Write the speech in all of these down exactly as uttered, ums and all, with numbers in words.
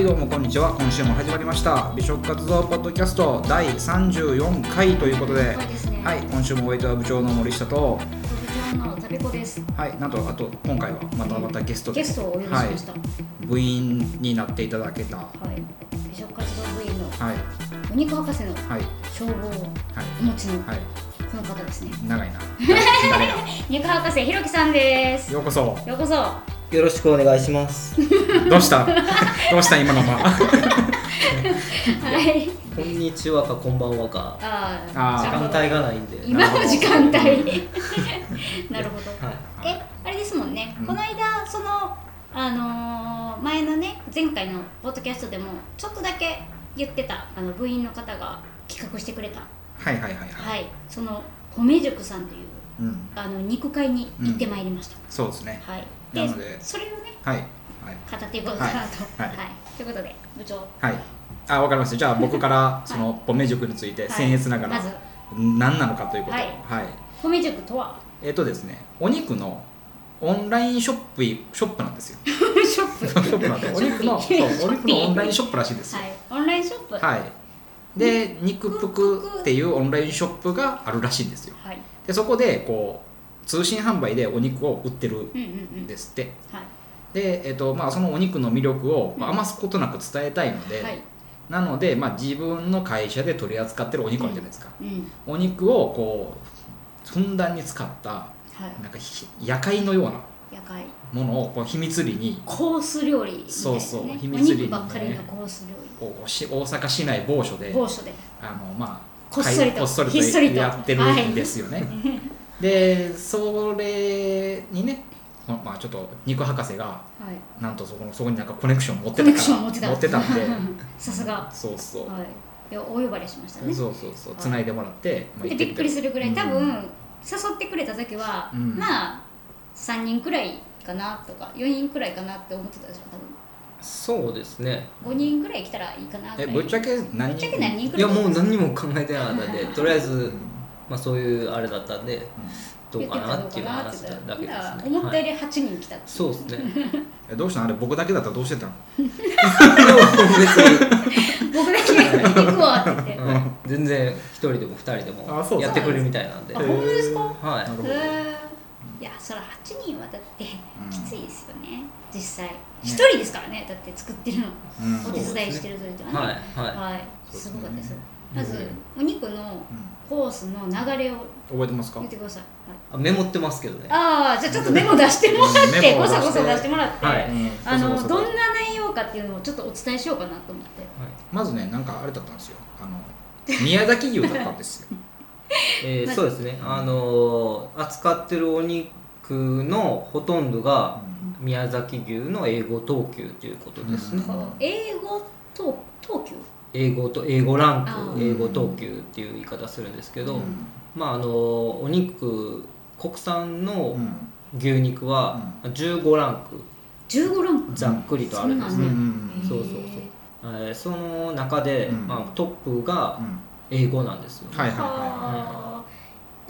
どうもこんにちは。今週も始まりました美食活動ポッドキャストだいさんじゅうよんかいということで、 はいですね、 はい、今週もお相手は部長の森下と、 部長のタベコです。 はい、なんとあと今回はまたまたゲストでゲストをお呼びしました、 はい、部員になっていただけた、はい、美食活動部員の、 い、 お肉博士の称号をお持ちの、はい、この方ですね。 長いな肉博士ひろきさんです。 ようこそようこそよろしくお願いします。 どうしたどうした今の間はい、 こんにちはかこんばんはかああ時間帯がないんで今の時間帯なるほど、 はい、 え、あれですもんね、 うん、 この間そのあのー、前のね前回のポッドキャストでもちょっとだけ言ってたあの部員の方が企画してくれたはいはいはいはい、 はい、その米塾さんという、 うん、 あの肉会に行ってまいりました、うん、 そうですね、 はい、 でなのでそれをね、 はいはい、 語っていこうかなと、 はいはいはい、ということで部長、 はい、あ、わかりました。じゃあ僕からその米塾について僭越ながら、 はい、まず何なのかということ、はいはい、 米塾とはえっとですね、お肉のオンラインショップショップなんですよ。 ショップショップなんでお肉のそうお肉のオンラインショップらしいですよ。 はい、オンラインショップ。はい。 で、肉ぷくっていうオンラインショップがあるらしいんですよ。はい。で、そこでこう通信販売でお肉を売ってるんですって。うんうんうん、はい。で、えっとまあそのお肉の魅力を余すことなく伝えたいので。うん、はい。なので、まあ、自分の会社で取り扱ってるお肉あるじゃないですか、うんうん、お肉をこうふんだんに使った、はい、なんか夜会のようなものをこう秘密裏にコース料理みたいな、ね、 そうそう秘密裏に、ね、 お肉ばっかりのコース料理大阪市内某所で某所であの、まあ、 こっそりとこっそりとやってるんですよね、はい、でそれにねまあ、ちょっと肉博士が、はい、なんとそこのそこになんかコネクション持ってたから持ってた持ってたんでさすがそうそう、 はい、いやお呼ばれしましたね。 そうそうそうつないでもらって、 まあ、でびっくりするぐらい多分、うん、誘ってくれた時は、うん、まあさんにんくらいかなとかよにんくらいかなって思ってたでしょ多分。 そうですねごにんくらい来たらいいかなえぶっちゃけ何人ぶっちゃけ何人くらいいやもう何にも考えてなかったんでとりあえず、まあ、そういうあれだったんで、うんどうかなっていう話だけですね。 思ったよりはちにん来た、はい、 そうですねえどうしたのあれ僕だけだったらどうしてたの僕だけ行くわって言って、 うん、全然ひとりでもふたりでもやってくれるみたいなんで。 あ、本当ですか。 はい。 いやそらはちにんはだってきついですよね、うん、実際ひとりですからねだって作ってるの、うん、お手伝いしてるというのはね、はいはい、はい、すごかったです。まずお肉のコースの流れを覚えてますか？ 言ってください。 はい、メモってますけどね。 ああ、じゃあちょっとメモ出してもらってごそごそ出してもらって、はい、あのどんな内容かっていうのをちょっとお伝えしようかなと思って、はい、 まずねなんかあれだったんですよ。あの宮崎牛だったんですよ。 えー、そうですね。あの扱ってるお肉のほとんどが宮崎牛の英語等級ということですね。 うん、英語等等級？ 英語と英語ランク、英語等級っていう言い方するんですけど、うん、まああのお肉国産の牛肉はじゅうごランク、 じゅうごランクざっくりとあるんですね。そうそうそう。えー、その中で、 うん、 まあトップが英語なんですよ、ね。 はいはいはい。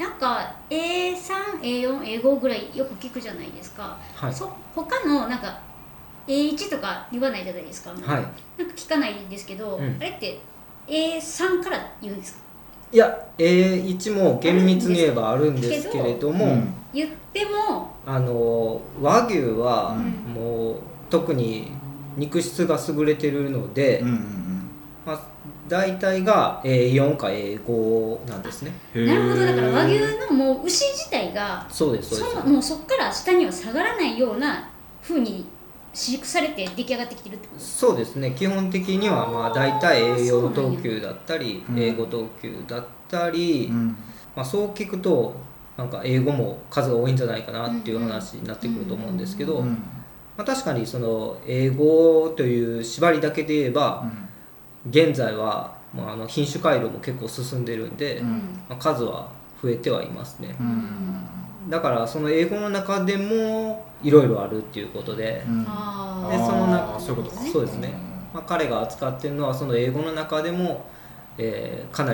なんか エースリー、エーよん、エーご ぐらいよく聞くじゃないですか。はい、そ他のなんかエーワン とか言わないじゃないですか。はい、なんか聞かないんですけど、うん、あれって エースリー から言うんですか？ いや エーワン も厳密に言えばあるんですけれども、うん、 言ってもあの和牛はもう、うん、特に肉質が優れてるので、うんうんうんまあ、大体が エーよん か エーご なんですね。 なるほど。だから和牛のもう牛自体がそうですそうですそのもうそこから下には下がらないような風に飼育されて出来上がってきてるってことですか？ そうですね。基本的にはまあ大体 エーよん 等級だったり、うん、エーご 等級だったり、うんまあ、そう聞くとなんか英語も数が多いんじゃないかなっていう話になってくると思うんですけど、うんうんまあ、確かにその英語という縛りだけで言えば、うん、現在はまああの品種改良も結構進んでるんで、うんまあ、数は増えてはいますね。うんだからその英語の中でもいろいろあるっていうことで、うん、でその中そういうことか。 そうですね、まあ、彼が扱ってるのはその英語の中でも、えー、かなり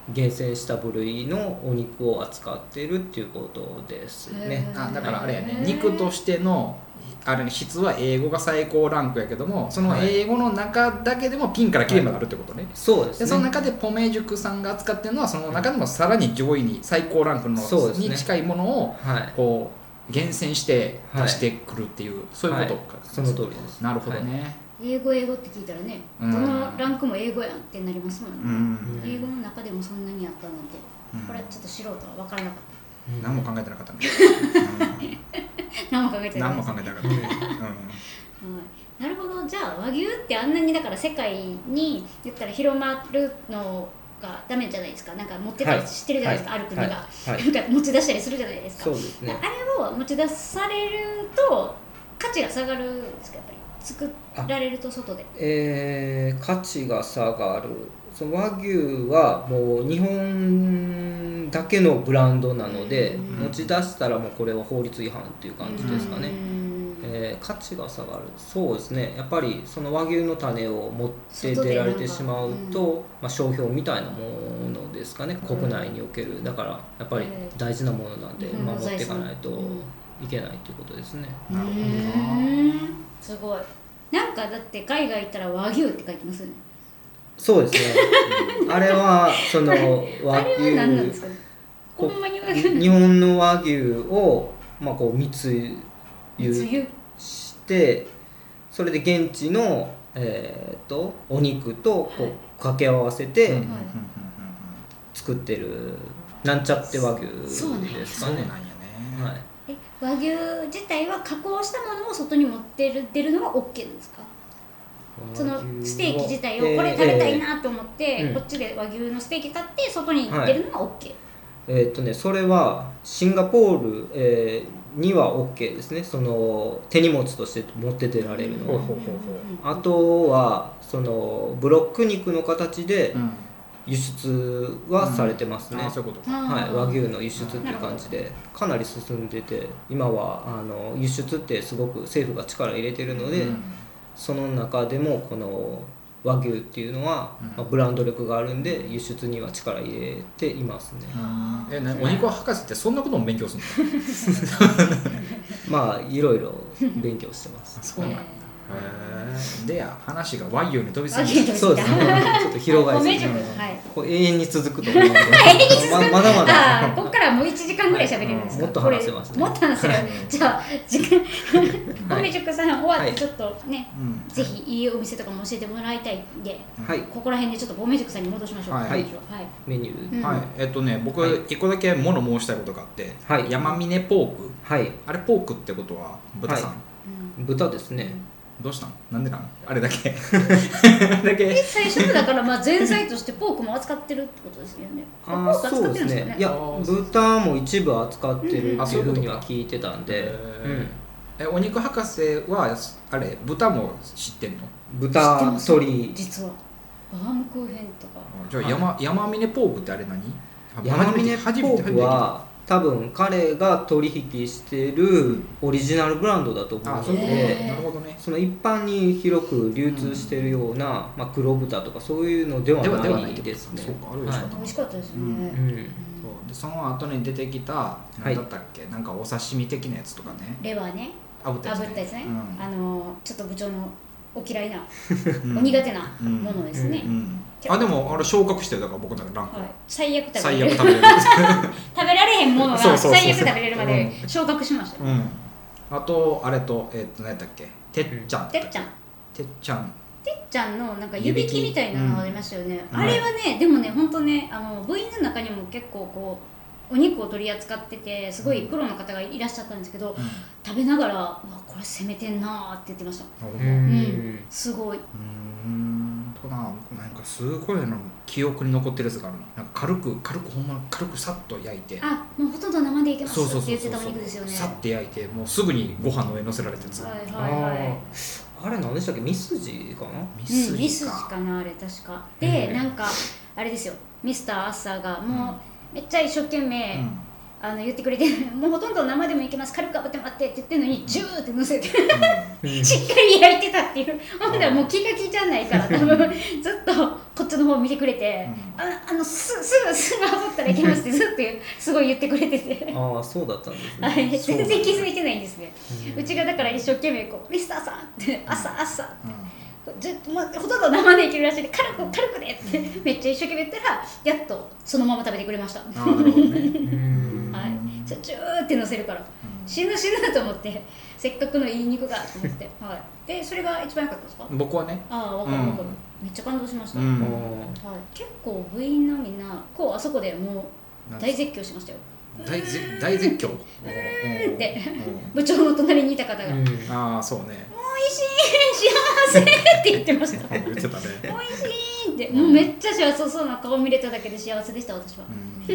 厳選した部類のお肉を扱っているっていうことですね。 あだからあれやね、肉としてのあれ質は英語が最高ランクやけども、その英語の中だけでもピンからキリまであるってことね、はい、 そうですね。 でその中でポメ塾さんが扱ってるのはその中でもさらに上位に最高ランクのに近いものをこう厳選して出してくるっていう、はい、そういうことか、はい、 その通りです。 なるほどね、 はい、英語英語って聞いたらね、どのランクも英語やんってなりますもんね、うん、英語の中でもそんなにあったなんて、うん、これちょっと素人は分からなかった。 何も考えてなかったね。 何も考えてなかった。 何も考えてなかった。うん、 なるほど。じゃあ和牛ってあんなにだから世界に言ったら広まるのがダメじゃないですか。なんか持ってたりしてるじゃないですか、はい、ある国が、はいはい、なんか持ち出したりするじゃないですか。 そうですね。 あれを持ち出されると価値が下がるんですか、やっぱり作られると外で。 えー、価値が下がる。その和牛はもう日本だけのブランドなので、持ち出したらもうこれは法律違反っていう感じですかね。えー、価値が下がる。そうですね。やっぱりその和牛の種を持って出られてしまうと、まあ、商標みたいなものですかね、国内における。だからやっぱり大事なものなんで守っていかないといけないということですね。 なるほどな。すごい。なんかだって海外行ったら和牛って書いてますよね。 そうですね。あれはその和牛、 あれは何なんですかね。ほんまに和牛。 日本の和牛をまあこう密輸してそれで現地の、えー、とお肉とこう掛け合わせて作ってるなんちゃって和牛ですかね。 そうなんやね。 はい、 え和牛自体は加工したものを外に持ってる出るのは OK なんですか。そのステーキ自体をこれ食べたいなと思って、えー、こっちで和牛のステーキ買って外に出るのは OK、はい、 えーっとね、それはシンガポール、えー、には OK ですね。その手荷物として持って出られるのは、あとはそのブロック肉の形で輸出はされてますね、うん、 そういうことか、 はい、和牛の輸出っていう感じでかなり進んでて、今はあの輸出ってすごく政府が力入れてるので、うん、その中でもこの和牛っていうのは、うんまあ、ブランド力があるんで輸出には力入れていますね。 えね、お肉博士ってそんなことも勉強するのまあいろいろ勉強してます。 そうなんだ。へでや話が和牛に飛びすぎてそうですね。ちょっと広がりすぎて、はい、こう永遠に続くと思うのでま, まだまだここからもういちじかんぐらい喋れるんですか。 もっと話せますね。 もっと話せるじゃあ時間米塾さん終わってちょっとね、はい、ぜひいいお店とかも教えてもらいたいんで、はい、ここら辺でちょっと米塾さんに戻しましょう。はい、はい、 メニュー、 うん、はいえっとね僕一個だけ物申したいことがあって、はい、山峰ポーク、はい、あれポークってことは豚さん、はいうん、豚ですね。 どうしたの？なんでなんあれだけだけ最初だからまあ前菜としてポークも扱ってるってことですよね。 ああそうですね。いや豚も一部扱ってるっていうふうには聞いてたんで、 うん、えお肉博士はあれ豚も知ってんの？ 豚鶏実はバームクーヘンとか。 じゃあ山、はい、山峰ポークってあれ何？ 山峰ポークは多分彼が取引してるオリジナルブランドだと思うので、 なるほどね、 その一般に広く流通してるような、うんまあ、黒豚とかそういうのではないですね。 そうか、あれ美味しかった。美味しかったですね。うんうん、 そうでその後に出てきた何だったっけ、はい、なんかお刺身的なやつとかね。 レバーね。 炙ったやつね。 炙ったやつね。うん、あのちょっと部長のお嫌いな、お苦手なものですね。 うんうんうんあでもあれ昇格してるだから僕なんかランク、 はい、最悪食べ最悪食べれる食べられへんものが最悪食べれるまで昇格しました、ねうん、あとあれとえー、っと何やったっけてっちゃんてっちゃんてっちゃんてっちゃんのなんか湯引きみたいなのがありましたよね、うん、あれはねでもね本当ねあの部員の中にも結構こうお肉を取り扱っててすごいプロの方がいらっしゃったんですけど、うん、食べながらうわこれ攻めてんなーって言ってました。うん、うん、すごい。 うんなんかすごいの記憶に残ってるやつがあるの。なんか軽く軽くほんま軽くさっと焼いて、 あもうほとんど生でいけますって言ってたお肉ですよね。 さって焼いてもうすぐにご飯の上に乗せられてるやつ。 はいはいはい。 あれ何でしたっけ、ミスジかな。 ミスジか、うん、ミスジかなあれ確かで、うん、なんかあれですよミスターアッサーがもうめっちゃ一生懸命、うんあの言ってくれてもうほとんど生でもいけます軽く炙ってもらってって言ってるのにジューって乗せて、うん、しっかり焼いてたっていうほんだらもう気が利いちゃわないから多分ずっとこっちの方見てくれて、うん、ああのすすぐすぐ炙ったらいけますってずっとすごい言ってくれててああそうだったんですね、 はい、全然気づいてないんですね、うん、うちがだから一生懸命こうミスターさんって朝朝って、うんずまあ、ほとんど生でいけるらしいで軽く軽くでってめっちゃ一生懸命言ったらやっとそのまま食べてくれました。 あなるほどねはい、それジューって乗せるから、うん、死ぬ死ぬと思ってせっかくのいい肉がと思って、はい、でそれが一番良かったですか？ 僕はねああ分かる分かる、うん、めっちゃ感動しました、うんはい、結構部員のみんなこうあそこでもう大絶叫しましたよ。 大, 大絶叫って部長の隣にいた方が、うん、 ああそうねおいしい幸せって言ってました言ってたねおいしいって、もうめっちゃ幸せそうな顔見れただけで幸せでした私は、 うん、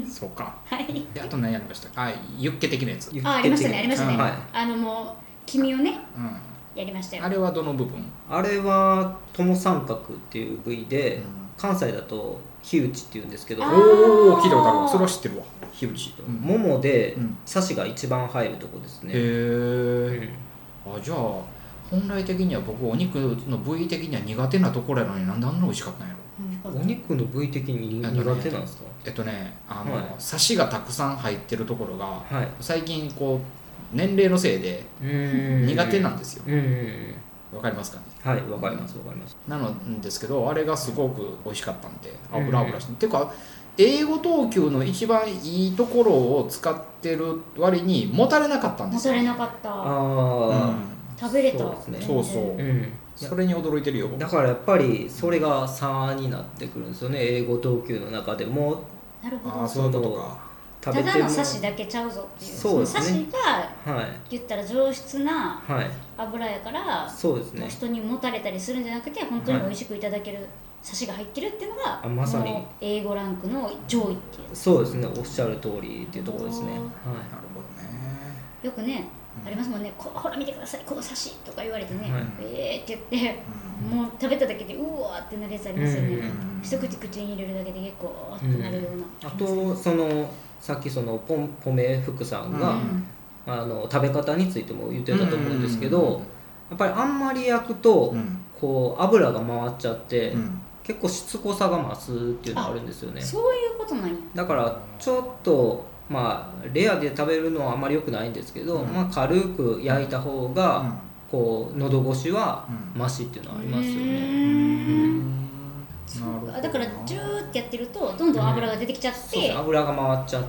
そうかはいであと何やりましたか？あユッケ的なやつあありましたねありましたね、 うんはい、 あのもう黄身をね、うんやりましたよ。 あれはどの部分？ あれは友三角っていう部位で、うん、関西だと火打ちっていうんですけどおお聞いたことあるそれは知ってるわ火打ち、 うん、ももでサシが一番入るとこですね、 へえ、うん、あじゃあ本来的には僕お肉の部位的には苦手なところやのになんであんな美味しかったんやろ、うん、お肉の部位的に苦手なんですか？ えっとねあの、はい、サシがたくさん入ってるところが、 はい、 最近こう年齢のせいで苦手なんですよ。わかりますかね？ はい、わかりますわかります。 なんですけどあれがすごく美味しかったんで油油して、ていうか英語投球の一番いいところを使ってる割にもたれなかったんですよ。 もたれなかった。 ああ、うん、 食べれた。 そうですね。 そうそう。うん、それに驚いてるよ。 だからやっぱりそれが差になってくるんですよね。英語投球の中でも。 なるほど。 あ、そういうことか。 ただのサシだけちゃうぞっていう。そうですね。サシが、はい、言ったら上質な油やから、はい、そうですね。人にもたれたりするんじゃなくて本当に美味しくいただける。はいサシが入ってるっていうのがあまさに英語ランクの上位っていうそうですねおっしゃる通りっていうところですね、はい、なるほどねよくね、うん、ありますもんねこほら見てくださいこのサシとか言われてね、はい、えーって言って、うん、もう食べただけでうわーってなるやつありますよね、うん、一口口に入れるだけで結構ってなるような、 うん、あとそのさっきそのポンポメ福さんが、うん、あの食べ方についても言ってたと思うんですけど、やっぱりあんまり焼くと、うん、こう油が回っちゃって、うん結構しつこさが増すっていうのがあるんですよね。 そういうことなんや。 だからちょっとまあレアで食べるのはあんまり良くないんですけど、うん、まあ軽く焼いた方が、うん、こう喉越しはマシっていうのはありますよね。うんうん、だからジューってやってるとどんどん油が出てきちゃって、 うん、油が回っちゃって。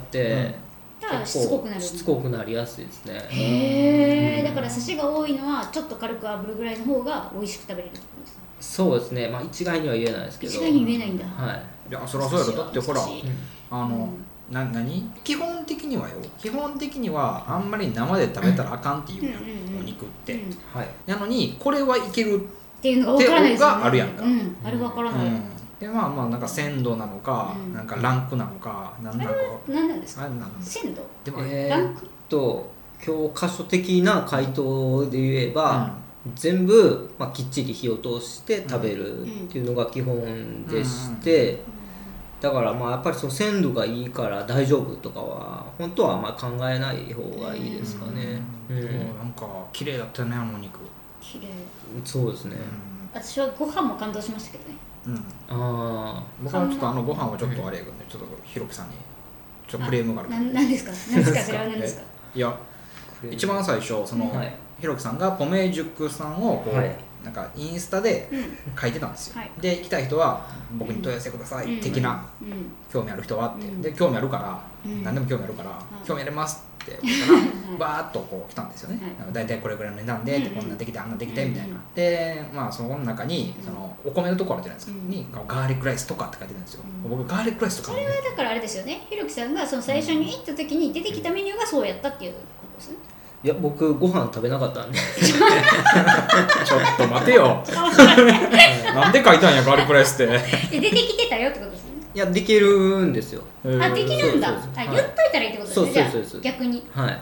うん、しつこくなるしつこくなりやすいですね。 へえ、うん、だからサシが多いのはちょっと軽く炙るぐらいの方が美味しく食べれるってことですね。 そうですね、まあ一概には言えないですけど一概に言えないんだ。 はいいやそりゃそうやろだってほら、うん、あの、うん、な何基本的にはよ基本的にはあんまり生で食べたらあかんっていうやん、うんうんうん、お肉って、うん、はい、なのにこれはいけるっていうのが分からないですよね。 があるやんか、 うん、あれ分からない、うんでまあまあなんか鮮度なのか、うん、なんかランクなのか何なのか何なんですか鮮度でも、えー、ランクと教科書的な回答で言えば、うん、全部、まあ、きっちり火を通して食べるっていうのが基本でして、うんうん、だからまあやっぱりその鮮度がいいから大丈夫とかは本当はあんまり考えない方がいいですかね、 うんうん、なんか綺麗だったよねあのお肉綺麗そうですね、 うん、私はご飯も感動しましたけどねうん、あ僕はちょっとあのご飯はちょっとあれやけどね、ちょっとひろきさんにちょっとクレームがあるけど何ですか何ですかそれは何ですかいや一番最初その、はい、ひろきさんがポメ塾さんをこう、はい、なんかインスタで書いてたんですよ、うんはい、で来た人は僕に問い合わせください、うん、的な、うん、興味ある人はって、うん、で興味あるから、うん、何でも興味あるから、うん、興味ありますって言ったらバーッとこう来たんですよね、はい、だいたいこれぐらいの値段で、うん、こんなんできてあんなんできてみたいな、でまあその中にそのお米のところあるじゃないですか、うん、にガーリックライスとかって書いてるんですよ、うん、僕ガーリックライスとか、 ね、それはだからあれですよねひろきさんがその最初に行った時に出てきたメニューがそうやったっていうことですね。 いや僕ご飯食べなかったんでちょっと待てよなんで書いたんやガーリックライスって出てきてたよってことですね。 いやできるんですよ。 あできるんだ。あ言っといたらいいってことですね。じゃあ逆に。 はい。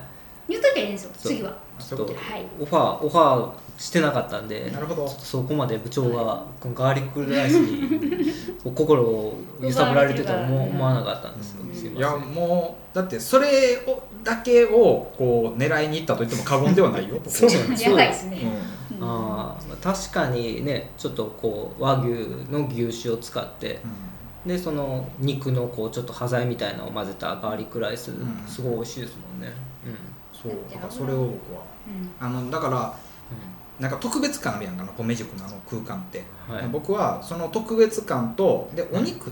言っといたらいいんですよ次は。 ちょっとオファーオファーしてなかったんで、 なるほど、 そこまで部長がガーリックライスに心を揺さぶられてるとは思わなかったんですよ、 うん、いやもうだってそれをだけをこう狙いに行ったと言っても過言ではないよそうなんですやばいですね、 うん、あ確かにねちょっとこう和牛の牛脂を使って、うん、でその肉のこうちょっと端材みたいなのを混ぜたガーリックライス、うん、すごい美味しいですもんね、うん、 そうだからそれを僕は、うん、あのだから、うん、なんか特別感あるやんかな米塾のあの空間って、はい、僕はその特別感とでお肉って、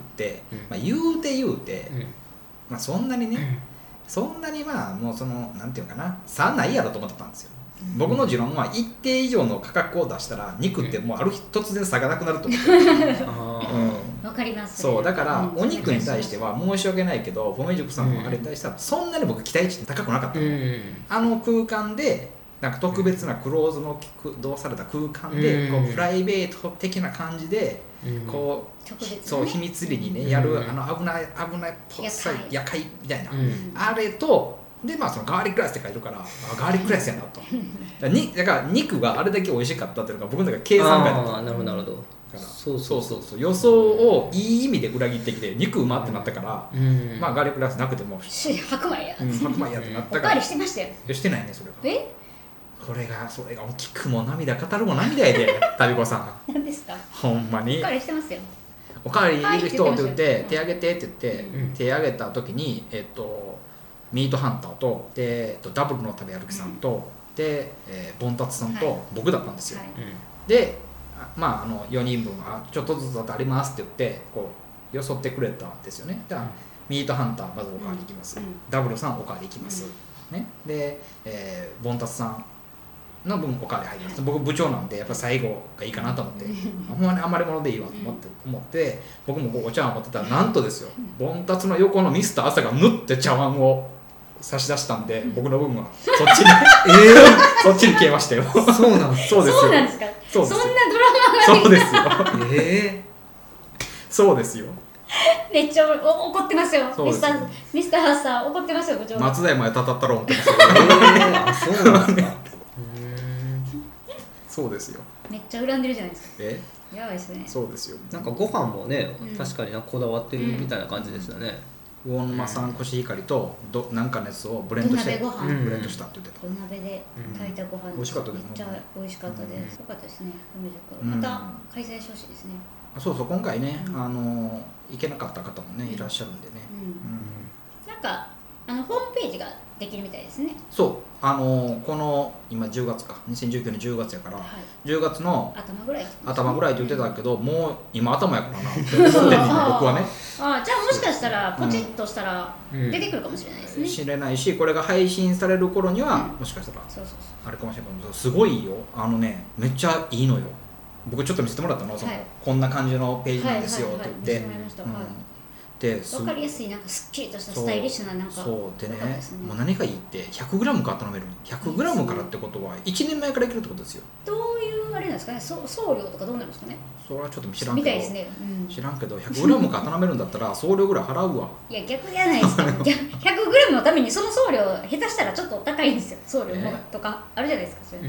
うんまあ、言うて言うて、うんまあ、そんなにね、うん、そんなにまあもうそのなんていうかな差ないやろと思ってたんですよ、うん、僕の持論は一定以上の価格を出したら肉ってもうある日突然差がなくなると思ってるわ、うん、かります、 ね、そうだからお肉に対しては申し訳ないけど米塾さんのあれに対してはそんなに僕期待値高くなかったの、うん、あの空間でなんか特別なクローズの駆動された空間でこうプライベート的な感じでこうそう秘密裏にねやるあの危ない危ないぽっさい夜会みたいなあれとでまあそのガーリックライスって書いてるからガーリックライスやなとだから肉があれだけ美味しかったっていうのが僕の中で計算外だった。 ああなるほどなるほど。 そうそうそうそう予想をいい意味で裏切ってきて肉うまってなったから、うん、まあガーリックライスなくても白米や、 うん、白米やってなったからおかわりしてましたよ。 してないねそれが。 えこれがそれが大きくも涙語るも涙やで旅子さん。 何ですか。 ほんまに。 おかわりしてますよ。 おかわりいる人って言って手挙げてって言って、うん、手挙げた時にえっとミートハンターとで、えっと、ダブルの食べ歩きさんと、うん、で、えー、ボンタツさんと僕だったんですよ。はい、でまああのよにんぶんはちょっとずつありますって言ってこうよそってくれたんですよね。だから、うん、ミートハンターまずおかわりいきます、うん、ダブルさんおかわりいきます、うんね、で、えー、ボンタツさんの分おかわり入ります。僕部長なんでやっぱ最後がいいかなと思ってほんまに余り物でいいわと思って、うん、思って僕もこうお茶碗持ってたらなんとですよボンタツの横のミスター朝が縫って茶碗を差し出したんで僕の分はそっちにえー、そっちに消えましたよ。 そうなんですそうですよ。 そうなんですか。 そんなドラマがそうですよ。えー、そうですよ。 めっちゃお怒ってますよ。ミスターミスターハッサー怒ってますよ部長。 松代までたたったろう思ってますよ。 えー、あそうなんですか。 そうですよ。 めっちゃ恨んでるじゃないですか。 えやばいですね。 そうですよ。 なんかご飯もね、うん、確かにこだわってるみたいな感じですよね。 うん、魚沼産コシヒカリとどなんかのやつをブレンドして土鍋ご飯ブレンドしたって言ってた。 土鍋で炊いたご飯、うん、 美味しかったです。 めっちゃ美味しかったです。よかったですね。また開催してほしいですね。 そうそう今回ね、うん、あの行けなかった方もねいらっしゃるんでね。うんうん、なんかあのホームページができるみたいですね。 そうあのこの今じゅうがつかにせんじゅうきゅうねんじゅうがつやから、はい、じゅうがつの頭ぐらい頭ぐらいって言ってたけど、うん、もう今頭やからなって思ってんねん僕はね。 あじゃあもしかしたらポチッとしたら出てくるかもしれないですね。 知れないしこれが配信される頃には、うん、もしかしたらそうそうそうあれかもしれないけどすごいよあのねめっちゃいいのよ。僕ちょっと見せてもらったの、その、はい、こんな感じのページなんですよって言って分かりやすいなんかすっきりとしたスタイリッシュななんかそうで ね, ねもう何がいいって ひゃくグラム から頼める ひゃくグラム からってことはいちねんまえからいけるってことですよ。 どういうあれなんですかね送料とかどうなるんですかね。 それはちょっと知らんけどみたいですね、うん、知らんけど ひゃくグラム から頼めるんだったら送料ぐらい払うわ。 いや逆じゃないですか。ひゃくグラム のためにその送料下手したらちょっと高いんですよ送料もとかあるじゃないですかそれ、うん、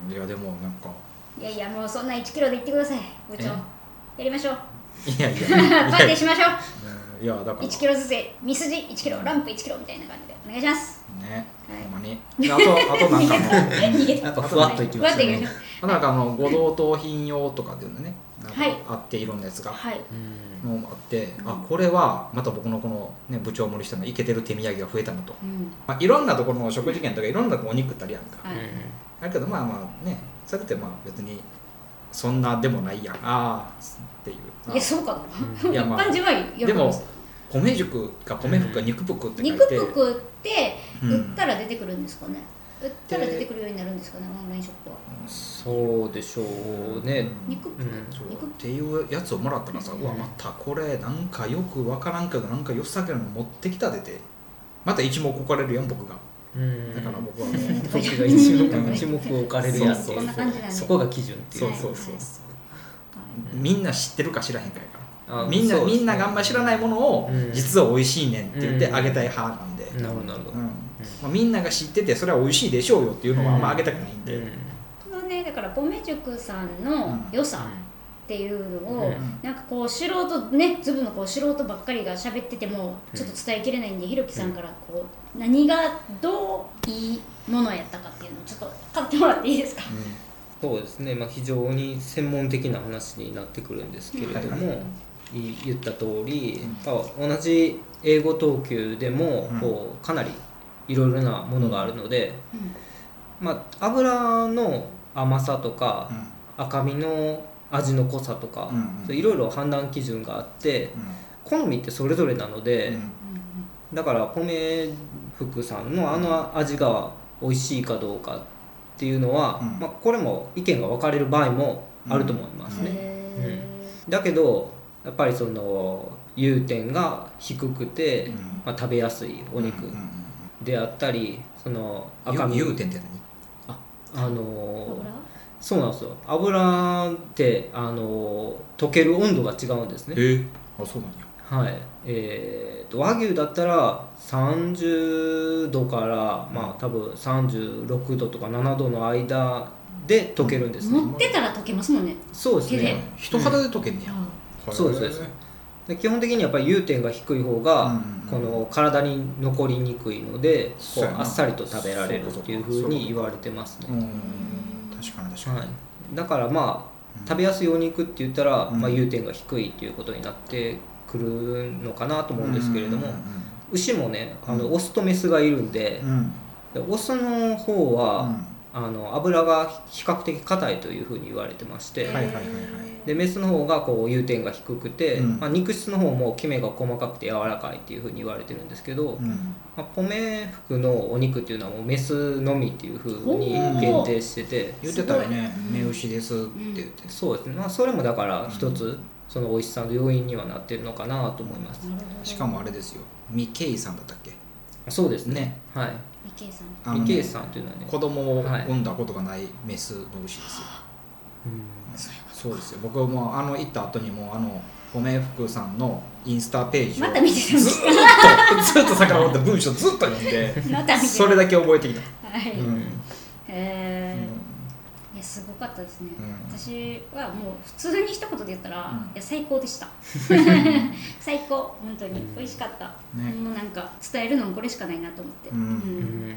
いやでもなんかいやいやもうそんないちキロでいってください部長やりましょう。 いやいやパーティーしましょう。いやだからいちキロずつミスジいちキロランプいちキロみたいな感じでお願いしますね。ほんまにあとあとなんかのあとふわっといきますね。 なんかあのご同等品用とかっていうのねなんかあっていろんなやつがはいのあってあこれはまた僕のこのね部長森下のイケてる手土産が増えたのとまあいろんなところの食事券とかいろんなお肉ってあるやんかあるけどまあまあねそれってまあ別にそんなでもないやんああっていういやそうかな、うん、いやまあ一般人はでも米塾か米福か肉福って書いて肉福って売ったら出てくるんですかね、うん、売ったら出てくるようになるんですかねオンラインショップは。 そうでしょうね。 肉福、うん、 肉っていうやつをもらったらさ、うん、うわまたこれなんかよくわからんけどなんかよさげなの持ってきたでてまた一目置かれるやん僕が。だから僕はもう僕が一目一目置かれるやつそうそうそうそこが基準っていう。 そうそうそう、はい、みんな知ってるか知らへんかやからみんな、ね、みんながあんまり知らないものを、うん、実は美味しいねんって言ってあげたい派なんで、 うん、なるほどなるほど、うん、 まあ、みんなが知っててそれは美味しいでしょうよっていうのはあんまあげたくないんで、 このねだからポメ塾さんの良さっていうのを、うん、なんかこう素人ねズブのこう素人ばっかりが喋っててもちょっと伝えきれないんで、ひろきさんからこう何がどういいものやったかっていうのをちょっと語ってもらっていいですか？ うん、そうですね、まあ、非常に専門的な話になってくるんですけれども、うん、言った通り、うん、同じ英語等級でもこうかなりいろいろなものがあるので、うんまあ、油の甘さとか、うん、赤身の味の濃さとか、うん、いろいろ判断基準があって、うん、好みってそれぞれなので、うん、だから米福さんのあの味が美味しいかどうかっていうのは、うんまあ、これも意見が分かれる場合もあると思いますね、うん、だけどやっぱりその融点が低くて、うんまあ、食べやすいお肉であったり、その赤身融点って何？あ、あのーそうなんですよ。油ってあの溶ける温度が違うんですね。 えー、あ、そうなんや。はい。えー、と和牛だったらさんじゅうどから、まあ多分さんじゅうろくどとかななどの間で溶けるんです、 ね。持ってたら溶けますもんね。 そうですね。 人肌で溶けんねや。 うん、そうです。で基本的にやっぱり融点が低い方が、うんうん、この体に残りにくいので、こうあっさりと食べられるっていう風に言われてますね。 確かに確かに、はい、 だからまあ、うん、食べやすいお肉って言ったら、うんまあ、融点が低いっていうことになってくるのかなと思うんですけれども、うんうんうん、牛もねあのオスとメスがいるんで、うん、でオスの方は、うん、あの脂が比較的硬いというふうに言われてまして、はいはいはいはい、でメスの方がこう融点が低くて、うんまあ、肉質の方もキメが細かくて柔らかいっていうふうに言われてるんですけど、うんまあ、ポメ福のお肉っていうのはもうメスのみっていうふうに限定してて、 言ってたよね、目牛ですって言って、 うん、そうですね、まあ、それもだから一つその美味しさの要因にはなってるのかなと思います。 しかもあれですよ、ミケイさんだったっけ？ そうですね、はい、 ミケイさん、 あの、ね、ミケイさんというのはね、 子供を産んだことがないメスの牛ですよ、はい、うんそうですよ。僕はもうあの行った後にもうあの米福さんのインスタページをまた見てたんですか？ ずっとずっと遡って文章ずっと読んでそれだけ覚えてきた。 はい。うん、へー、うん、いやすごかったですね。うん、私はもう普通に一言で言ったら、うん、いや最高でした。最高本当に美味しかった。ね、もうなんか伝えるのもこれしかないなと思って。うんうん、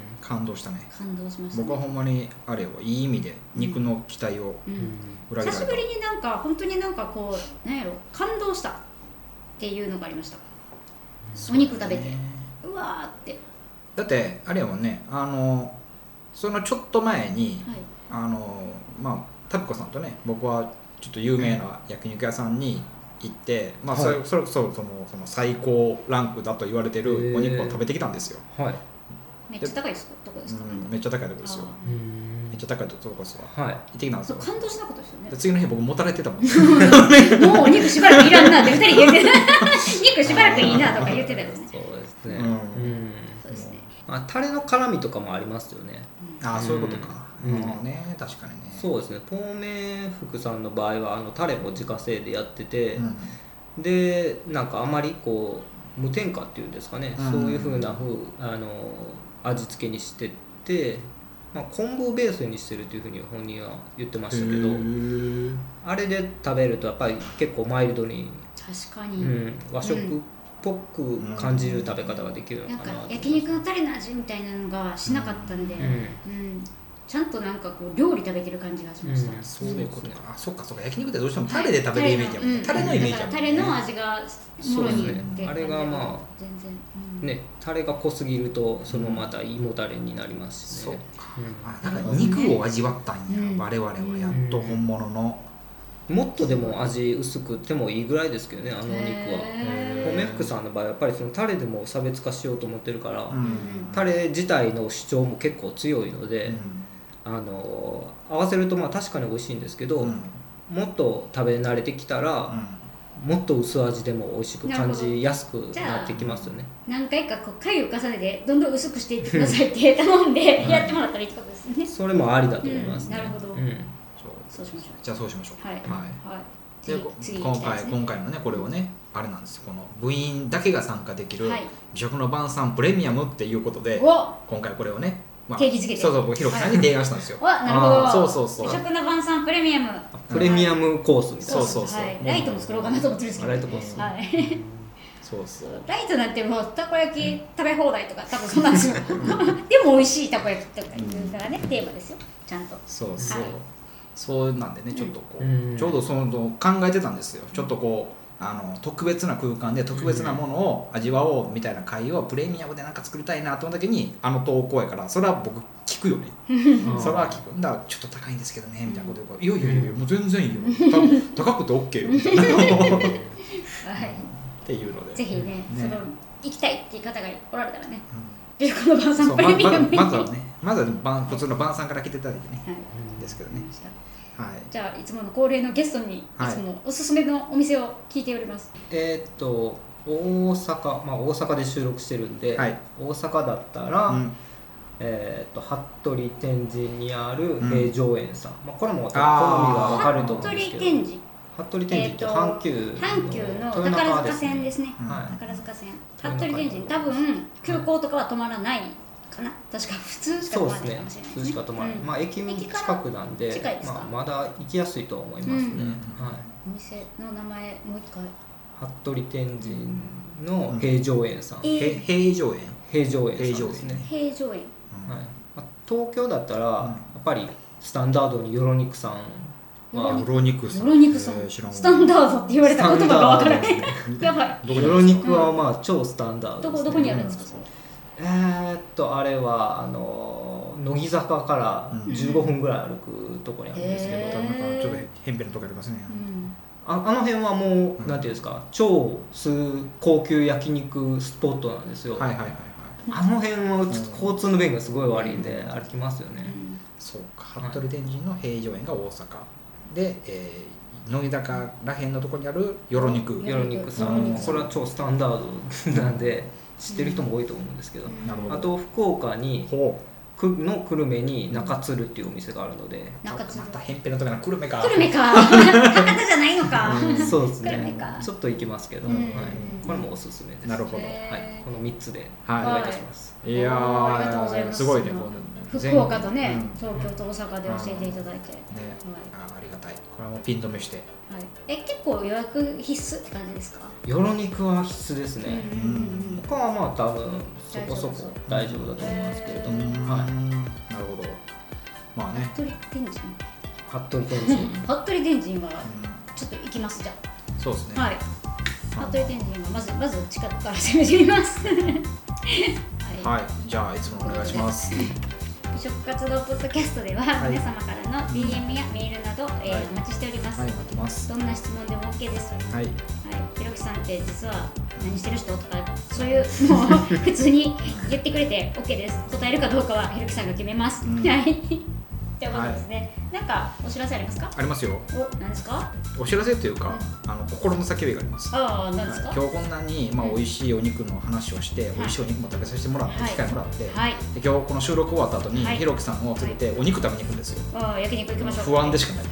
感動したね。 感動しました、ね。 僕はほんまにあれはいい意味で肉の期待を裏切られた。久しぶりになんか本当になんかこうなんやろ感動したっていうのがありました。お肉食べて う, うわーってだってあれやもんね、あのそのちょっと前に、はい、あのまあタピコさんとね僕はちょっと有名な焼肉屋さんに行って、まあそれ、はい、それこそそのその最高ランクだと言われてるお肉を食べてきたんですよ。 はい、めっちゃ高いとこですか？ うん、めっちゃ高いとこですよ。めっちゃ高いとこですわ。はい、行ってきたんですよ。 感動しなかったですよね。 次の日僕もたれてたもん。もうお肉しばらくいらんなってふたり言って肉しばらくいいなとか言ってたよね。 そうですね。うん。そうですね。まあタレの辛みとかもありますよね。 ああそういうことか。うん、ね確かにね。 そうですね。ポーメ福さんの場合はあのタレも自家製でやってて、うん、でなんかあまりこう無添加っていうんですかね、うん、そういう風な風あの味付けにしてて。まあ、昆布をベースにしてるというふうに本人は言ってましたけど、あれで食べるとやっぱり結構マイルドに確かに、 うん、和食っぽく感じる食べ方ができるのかな、 なんか焼肉のタレの味みたいなのがしなかったんで、うんうん、ちゃんとなんかこう料理食べてる感じがしました、うん、 そういうことか。あ、そっかそっか。焼肉ってどうしてもタレで食べるイメージやもんね。タレのイメージやもんね。 タレの味がもろにって、 ね、あれがまあ全然、うん、ね、タレが濃すぎるとそのまた芋タレになりますしね。そうか、 うん、だから肉を味わったんや、うん、我々はやっと本物の、 うん、もっとでも味薄くてもいいぐらいですけどね、あのお肉は。米福さんの場合はやっぱりそのタレでも差別化しようと思ってるから、うん、タレ自体の主張も結構強いので、うん、あの合わせるとまあ確かに美味しいんですけど、うん、もっと食べ慣れてきたら、うん、もっと薄味でも美味しく感じやすくなってきますよね。 何回かこう回を重ねてどんどん薄くしていってくださいって頼んでやってもらったらいいってことですね。 それもありだと思いますね。 うん、なるほど、うん、そう、 そうしましょう。じゃあそうしましょう。 はい、 はい、 はい、 で次今回今回のねこれをねあれなんですよ、この部員だけが参加できる美食の晩餐プレミアムっていうことで、 はい、 今回これをね、 まあ、定義づけてそうそう、ひろきさんに提案したんですよ。 わ、なるほど。 そうそうそう。 美食の晩餐プレミアム。 プレミアムコースみたいな。 そうそうそう。 ライトも作ろうかなと思ってるんですけど。 ライトコース。 はい。 そうそう。 ライトなんてもうたこ焼き食べ放題とか多分そんなんですよ。でも美味しいたこ焼きとかいうのがね、テーマですよ。ちゃんと。 そうそう。そうなんでね、ちょっとこうちょうどその考えてたんですよ。ちょっとこう。あの特別な空間で特別なものを味わおうみたいな会をプレミアムでなんか作りたいなと思った時にあの投稿やから、それは僕聞くよね。それは聞く。だからちょっと高いんですけどねみたいなことで、いやいやいやもう全然いいよ、高くて OK よみたいなっていうので、 ぜひね、その行きたいっていう方がおられたらね、美食の晩餐プレミアムまずはね、まずは普通の晩餐から来ていただいてね、ですけどね。はい、 じゃあいつもの恒例のゲストにいつもおすすめのお店を聞いております。 はい、えー、っと大阪、まあ、大阪で収録してるんで、はい、大阪だったら、うん、えー、っと服部天神にある平城園さん、うん、まあ、これも好みが分かると思うんですけど、 服部天神服部天神って阪急阪急の宝塚線ですね、はい、宝塚線服部天神、多分空港とかは止まらないかな、確か普通しか止まらないかもしれないですね。 普通しか止まらない、うん、まあ駅近くなんで、 近いですか、 まあ、まだ行きやすいとは思いますね、うん、はい、 お店の名前もう一回。 服部天神の平城園さん、うん、 えー、平城園平城園さんですね。 平城園、はい、 まあ、東京だったら、うん、やっぱりスタンダードによろ肉さんはよろ肉さん、 よろ肉さん、えー、スタンダードって言われた言葉が分からないやばい。 よろ肉はまあ超スタンダードです、ね、 どこどこにあるんですか。 えー、っとあれはあの乃木坂からじゅうごふんぐらい歩くところにあるんですけど、うん、 なんかちょっとへんぺなとこありますね、 うん、あ, あの辺はもう、うん、なんていうんですか、超高級焼肉スポットなんですよ。 はいはいはいはい。 あの辺はちょっと交通の便がすごい悪いんで歩きますよね、うん、 そうか。服部天神の平城園が大阪で、えー、乃木坂らへんのところにあるよろ肉よろ肉さん、それは超スタンダードなんで知ってる人も多いと思うんですけど、うん、あと福岡にの久留米に中鶴っていうお店があるので、 中鶴またへんぺなところの久留米か久留米か博多じゃないのか、 うん、そうですね、ちょっと行きますけど、はい、これもおすすめです。 なるほど、はい、 このみっつでお願いいたします、 はい、いやーありがとうございます。 すごいね、 福岡とね、うん、東京と大阪で教えていただいて、ね、 はい、あ, ありがたい。これはもうピン止めして、 はい、え結構予約必須って感じですか。 よろ肉は必須ですね、うん、他はまあ多分そこそこ大丈夫だと思いますけれども、はい、なるほど。まあね、 服部天神服部天神服部天神はちょっと行きます。じゃあそうですね、 はい、服部天神はまずまず近くから攻めてみますはい、 はい、じゃあいつもお願いします。 美食活動ポッドキャストでは、はい、皆様からの ディーエム やメールなど、えーはい、お待ちしております。 はい、待ってます。 どんな質問でも OK です。 はい。はい、 ひろきさんって実は何してる人とかそういうのを普通に言ってくれて OK です。答えるかどうかはひろきさんが決めます。うん、はい。ということですね、はい、なんかお知らせありますか。 ありますよ。 お、何ですか。 お知らせというか、うん、あの心の叫びがあります。 ああ、何ですか。 今日こんなに、まあ、美味しいお肉の話をして、はい、美味しいお肉も食べさせてもらって、はい、機会もらって、はい、で今日この収録終わった後に、はい、ひろきさんを連れてお肉食べに行くんですよ。 ああ、焼肉行きましょう。 不安でしかない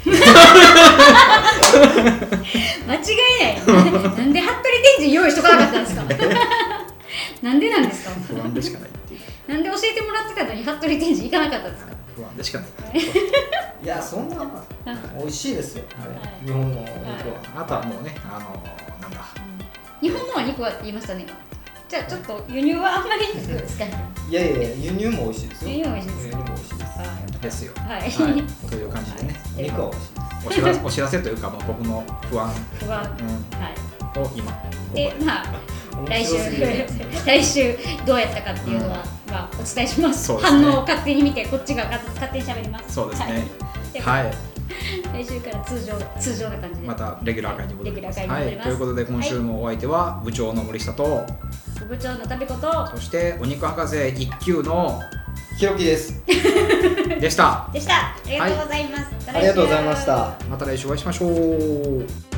間違いないなんで服部天神用意しとかなかったんですかなんでなんですか。 不安でしかないっていう。 なんで教えてもらってたのに服部天神行かなかったんですか。 不安でしかない。 いや、そんな美味しいですよ、はい、日本のお肉は、はい、 あとはもうね、あのー、なんだ、 うん、日本のお肉はって言いましたね今。じゃあちょっと輸入はあんまりですかね。 いやいや、輸入も美味しいですよ。 輸入も美味しいです。 輸入も美味しいです。 ですよ。 はい。 はい、という感じでね、 お肉は美味しいです。 お知らせ、お知らせというか、まあ、僕の不安、 不安、 うん、はい、を今で、まあ来週来週どうやったかっていうのは、うん、まあお伝えします。そうですね、反応を勝手に見て、こっちが勝手に喋ります。 そうですね。はい。はい、 来週から通常通常な感じでまたレギュラー会に戻ります。はい、 ということで今週のお相手は部長の森下と部長の旅子と、 そしてお肉博士一級のひろきですでしたでした。ありがとうございます。 はい、ありがとうございました。 また来週お会いしましょう。